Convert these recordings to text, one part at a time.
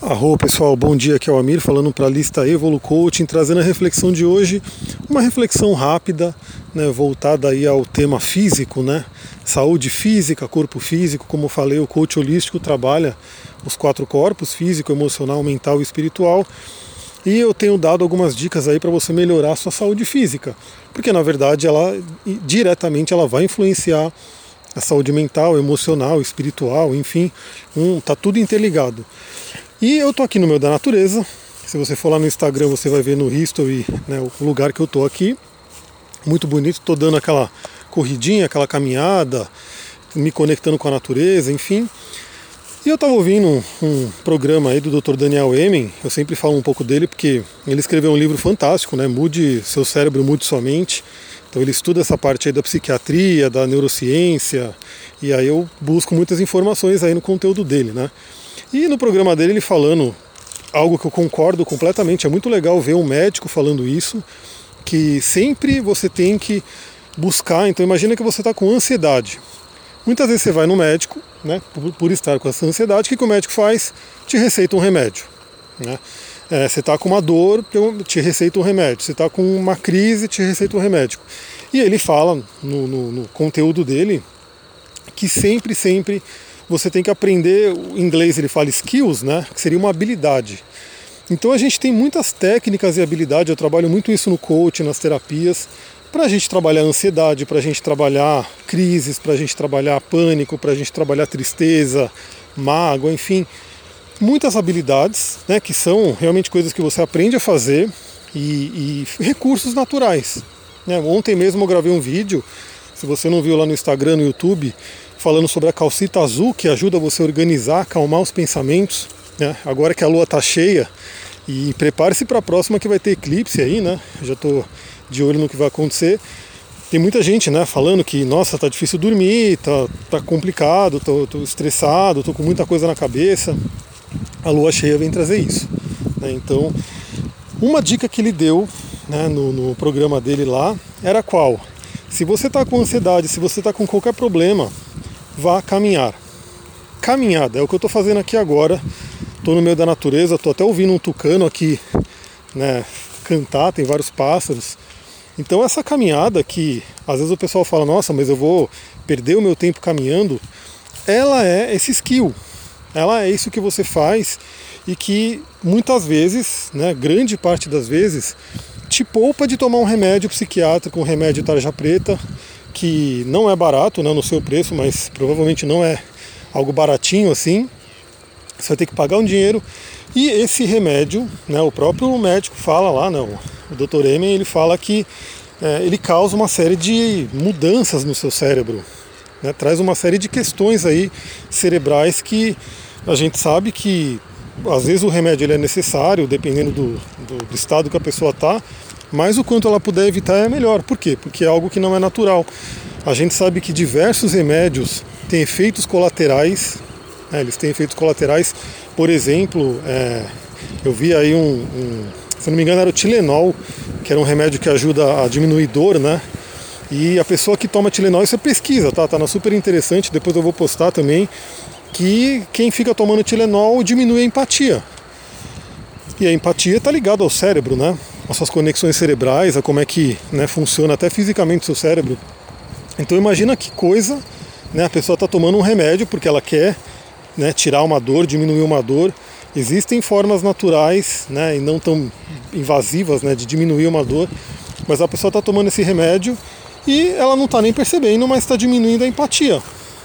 Arro pessoal, bom dia, aqui é o Amir falando para a lista Evolu Coaching, trazendo a reflexão de hoje, uma reflexão rápida, né, voltada aí ao tema físico, né, saúde física, corpo físico. Como eu falei, o coach holístico trabalha os 4 corpos, físico, emocional, mental e espiritual, e eu tenho dado algumas dicas aí para você melhorar a sua saúde física, porque na verdade ela diretamente ela vai influenciar a saúde mental, emocional, espiritual, enfim, tá tudo interligado. E eu tô aqui no meio da natureza. Se você for lá no Instagram, você vai ver no history, né, o lugar que eu tô aqui. Muito bonito, tô dando aquela corridinha, aquela caminhada, me conectando com a natureza, enfim. E eu tava ouvindo um programa aí do Dr. Daniel Amen. Eu sempre falo um pouco dele porque ele escreveu um livro fantástico, né? Mude seu cérebro, mude sua mente. Então ele estuda essa parte aí da psiquiatria, da neurociência, e aí eu busco muitas informações aí no conteúdo dele, né? E no programa dele ele falando algo que eu concordo completamente, é muito legal ver um médico falando isso, que sempre você tem que buscar. Então imagina que você está com ansiedade. Muitas vezes você vai no médico, né, por estar com essa ansiedade, o que o médico faz? Te receita um remédio, né? Você está com uma dor, te receita um remédio. Você está com uma crise, te receita um remédio. E ele fala no conteúdo dele que sempre você tem que aprender. Em inglês ele fala skills, né, que seria uma habilidade. Então a gente tem muitas técnicas e habilidades. Eu trabalho muito isso no coaching, nas terapias, para a gente trabalhar ansiedade, para a gente trabalhar crises, para a gente trabalhar pânico, para a gente trabalhar tristeza, mágoa, enfim. Muitas habilidades, né, que são realmente coisas que você aprende a fazer e recursos naturais, né? Ontem mesmo eu gravei um vídeo, se você não viu lá no Instagram, no YouTube, falando sobre a calcita azul, que ajuda você a organizar, acalmar os pensamentos, né? Agora que a lua está cheia, e prepare-se para a próxima que vai ter eclipse aí, né? Já estou de olho no que vai acontecer. Tem muita gente, né, falando que, nossa, tá difícil dormir, tá complicado, tô estressado, tô com muita coisa na cabeça. A lua cheia vem trazer isso, né? Então, uma dica que ele deu, né, no programa dele lá era qual? Se você está com ansiedade, se você está com qualquer problema, vá caminhar. Caminhada é o que eu estou fazendo aqui agora. Estou no meio da natureza, estou até ouvindo um tucano aqui, né, cantar, tem vários pássaros. Então essa caminhada que às vezes o pessoal fala, nossa, mas eu vou perder o meu tempo caminhando, ela é esse skill. Ela é isso que você faz e que muitas vezes, né, grande parte das vezes, te poupa de tomar um remédio psiquiátrico, um remédio tarja preta, que não é barato, né, no seu preço, mas provavelmente não é algo baratinho assim. Você vai ter que pagar um dinheiro. E esse remédio, né, o próprio médico fala lá, né, o Dr. Amen, ele fala que ele causa uma série de mudanças no seu cérebro, né, traz uma série de questões aí cerebrais que a gente sabe que às vezes o remédio ele é necessário, dependendo do estado que a pessoa está, mas o quanto ela puder evitar é melhor. Por quê? Porque é algo que não é natural. A gente sabe que diversos remédios têm efeitos colaterais, né, eles têm efeitos colaterais. Por exemplo, eu vi aí se não me engano era o Tilenol, que era um remédio que ajuda a diminuir dor, né? E a pessoa que toma Tilenol, isso é pesquisa, tá na super interessante, depois eu vou postar também, que quem fica tomando Tilenol diminui a empatia. E a empatia está ligada ao cérebro, né? As suas conexões cerebrais, a como é que, né, funciona até fisicamente o seu cérebro. Então imagina que coisa, né? A pessoa está tomando um remédio porque ela quer, né, tirar uma dor, diminuir uma dor. Existem formas naturais, né, e não tão invasivas, né, de diminuir uma dor, mas a pessoa está tomando esse remédio e ela não está nem percebendo, mas está diminuindo a empatia.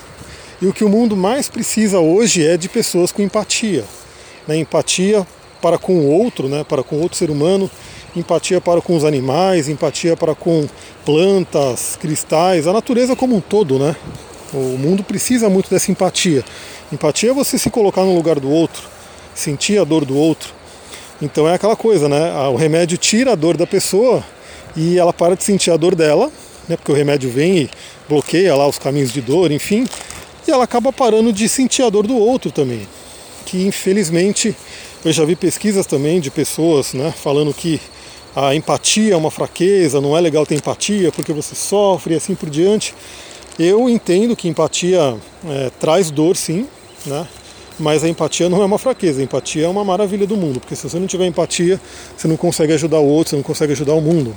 E o que o mundo mais precisa hoje é de pessoas com empatia, né, empatia para com o outro, né, para com outro ser humano, empatia para com os animais, empatia para com plantas, cristais, a natureza como um todo, né? O mundo precisa muito dessa empatia. Empatia é você se colocar no lugar do outro, sentir a dor do outro. Então é aquela coisa, né? O remédio tira a dor da pessoa e ela para de sentir a dor dela, né? Porque o remédio vem e bloqueia lá os caminhos de dor, enfim, e ela acaba parando de sentir a dor do outro também. Que infelizmente eu já vi pesquisas também de pessoas, né, falando que a empatia é uma fraqueza, não é legal ter empatia porque você sofre e assim por diante. Eu entendo que empatia traz dor, sim, né? mas a empatia não é uma fraqueza, a empatia é uma maravilha do mundo, porque se você não tiver empatia, você não consegue ajudar o outro, você não consegue ajudar o mundo.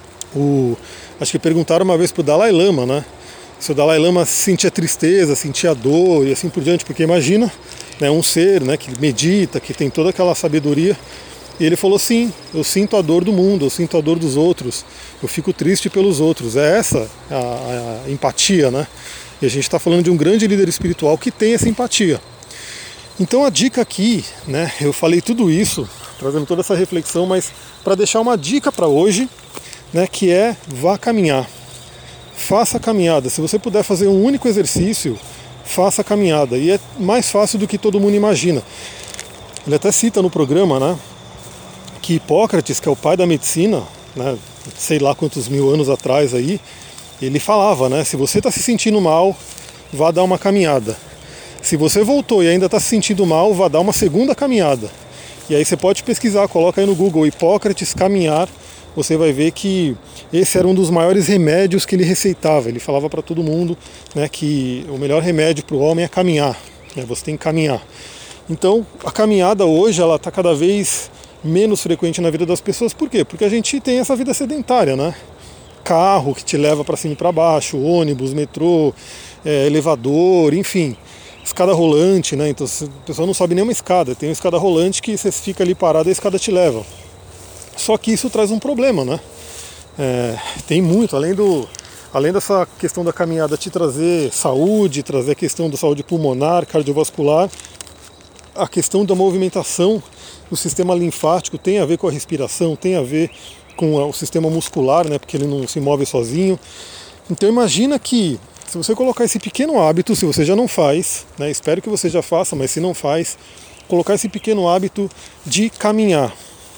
Acho que perguntaram uma vez pro Dalai Lama, né? Se o Dalai Lama sentia tristeza, sentia dor e assim por diante, porque imagina, né, um ser, né, que medita, que tem toda aquela sabedoria, e ele falou: sim, eu sinto a dor do mundo, eu sinto a dor dos outros, eu fico triste pelos outros. É essa a empatia, né? E a gente está falando de um grande líder espiritual que tem essa empatia. Então a dica aqui, né, eu falei tudo isso, trazendo toda essa reflexão, mas para deixar uma dica para hoje, né, que é: vá caminhar. Faça a caminhada. Se você puder fazer um único exercício, faça a caminhada. E é mais fácil do que todo mundo imagina. Ele até cita no programa, né, que Hipócrates, que é o pai da medicina, né, sei lá quantos mil anos atrás aí, ele falava, né, se você está se sentindo mal, vá dar uma caminhada. Se você voltou e ainda está se sentindo mal, vá dar uma segunda caminhada. E aí você pode pesquisar, coloca aí no Google Hipócrates caminhar, você vai ver que esse era um dos maiores remédios que ele receitava. Ele falava para todo mundo, né, que o melhor remédio para o homem é caminhar, né, você tem que caminhar. Então a caminhada hoje ela está cada vez menos frequente na vida das pessoas. Por quê? Porque a gente tem essa vida sedentária, né? Carro que te leva para cima e para baixo, ônibus, metrô, elevador, enfim, escada rolante, né? Então a pessoa não sobe nenhuma escada, tem uma escada rolante que você fica ali parado e a escada te leva. Só que isso traz um problema, né? Tem muito, além dessa questão da caminhada te trazer saúde, trazer a questão da saúde pulmonar, cardiovascular, a questão da movimentação do sistema linfático tem a ver com a respiração, tem a ver com o sistema muscular, né, porque ele não se move sozinho. Então imagina que se você colocar esse pequeno hábito, se você já não faz, né, espero que você já faça, mas se não faz, colocar esse pequeno hábito de caminhar.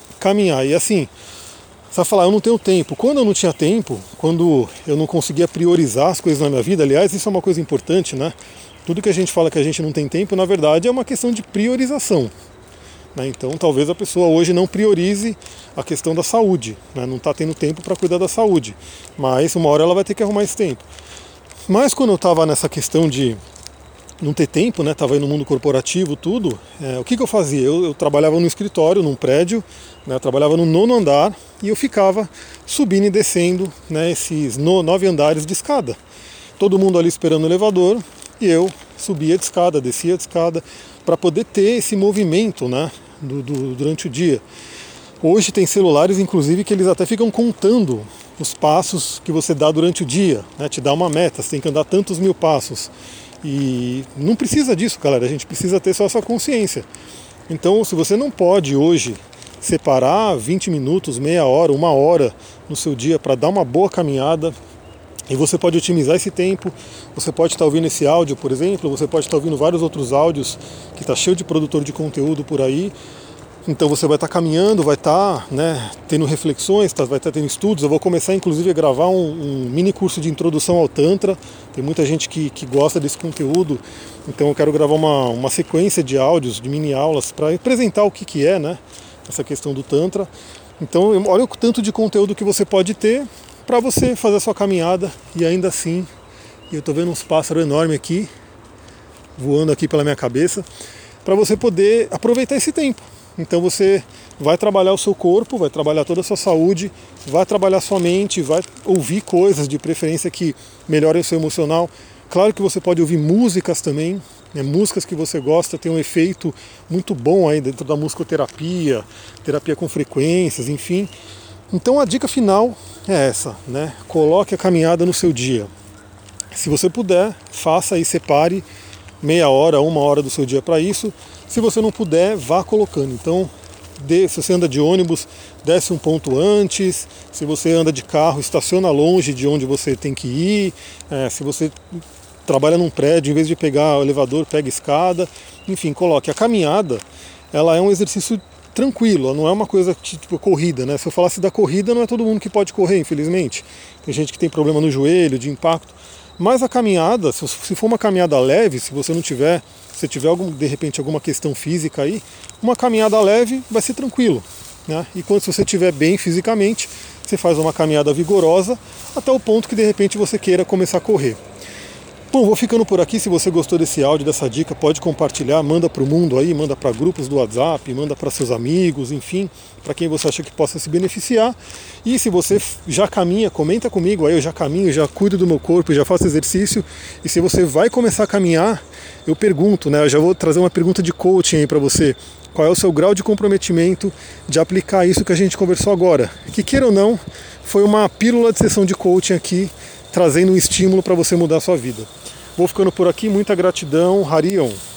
E assim, você vai falar: eu não tenho tempo. Quando eu não tinha tempo, quando eu não conseguia priorizar as coisas na minha vida, aliás, isso é uma coisa importante, né? Tudo que a gente fala que a gente não tem tempo, na verdade, é uma questão de priorização. Então talvez a pessoa hoje não priorize a questão da saúde, né? Não está tendo tempo para cuidar da saúde, mas uma hora ela vai ter que arrumar esse tempo. Mas quando eu estava nessa questão de não ter tempo, né? Estava aí no mundo corporativo, tudo, o que eu fazia? Eu trabalhava no escritório, num prédio, né? Eu trabalhava no 9º andar e eu ficava subindo e descendo, né, esses 9 andares de escada. Todo mundo ali esperando o elevador e eu subia de escada, descia de escada, para poder ter esse movimento, né, durante o dia. Hoje tem celulares, inclusive, que eles até ficam contando os passos que você dá durante o dia, né, te dá uma meta, você tem que andar tantos mil passos. E não precisa disso, galera, a gente precisa ter só essa consciência. Então, se você não pode hoje separar 20 minutos, meia hora, 1 hora no seu dia para dar uma boa caminhada, e você pode otimizar esse tempo, você pode estar ouvindo esse áudio, por exemplo, você pode estar ouvindo vários outros áudios, que está cheio de produtor de conteúdo por aí. Então você vai estar caminhando, vai estar, né, tendo reflexões, vai estar tendo estudos. Eu vou começar inclusive a gravar um mini curso de introdução ao Tantra. Tem muita gente que gosta desse conteúdo, então eu quero gravar uma sequência de áudios, de mini aulas, para apresentar o que é, né, essa questão do Tantra. Então olha o tanto de conteúdo que você pode ter para você fazer a sua caminhada. E ainda assim, eu estou vendo uns pássaros enormes aqui, voando aqui pela minha cabeça, para você poder aproveitar esse tempo. Então você vai trabalhar o seu corpo, vai trabalhar toda a sua saúde, vai trabalhar sua mente, vai ouvir coisas de preferência que melhorem o seu emocional. Claro que você pode ouvir músicas também, né? Músicas que você gosta, tem um efeito muito bom aí dentro da musicoterapia, terapia com frequências, enfim. Então a dica final é essa, né? Coloque a caminhada no seu dia. Se você puder, faça e separe meia hora, 1 hora do seu dia para isso. Se você não puder, vá colocando. Então, se você anda de ônibus, desce um ponto antes. Se você anda de carro, estaciona longe de onde você tem que ir. Se você trabalha num prédio, em vez de pegar o elevador, pega escada. Enfim, coloque. A caminhada, ela é um exercício tranquilo, ela não é uma coisa tipo corrida, né? Se eu falasse da corrida, não é todo mundo que pode correr, infelizmente. Tem gente que tem problema no joelho, de impacto. Mas a caminhada, se for uma caminhada leve, se você não tiver, se tiver de repente alguma questão física aí, uma caminhada leve vai ser tranquilo, né? E quando você estiver bem fisicamente, você faz uma caminhada vigorosa até o ponto que de repente você queira começar a correr. Bom, vou ficando por aqui. Se você gostou desse áudio, dessa dica, pode compartilhar, manda para o mundo aí, manda para grupos do WhatsApp, manda para seus amigos, enfim, para quem você acha que possa se beneficiar. E se você já caminha, comenta comigo aí, eu já caminho, já cuido do meu corpo, já faço exercício. E se você vai começar a caminhar, eu pergunto, né? Eu já vou trazer uma pergunta de coaching aí para você. Qual é o seu grau de comprometimento de aplicar isso que a gente conversou agora? Que queira ou não, foi uma pílula de sessão de coaching aqui, trazendo um estímulo para você mudar a sua vida. Vou ficando por aqui, muita gratidão, Harion.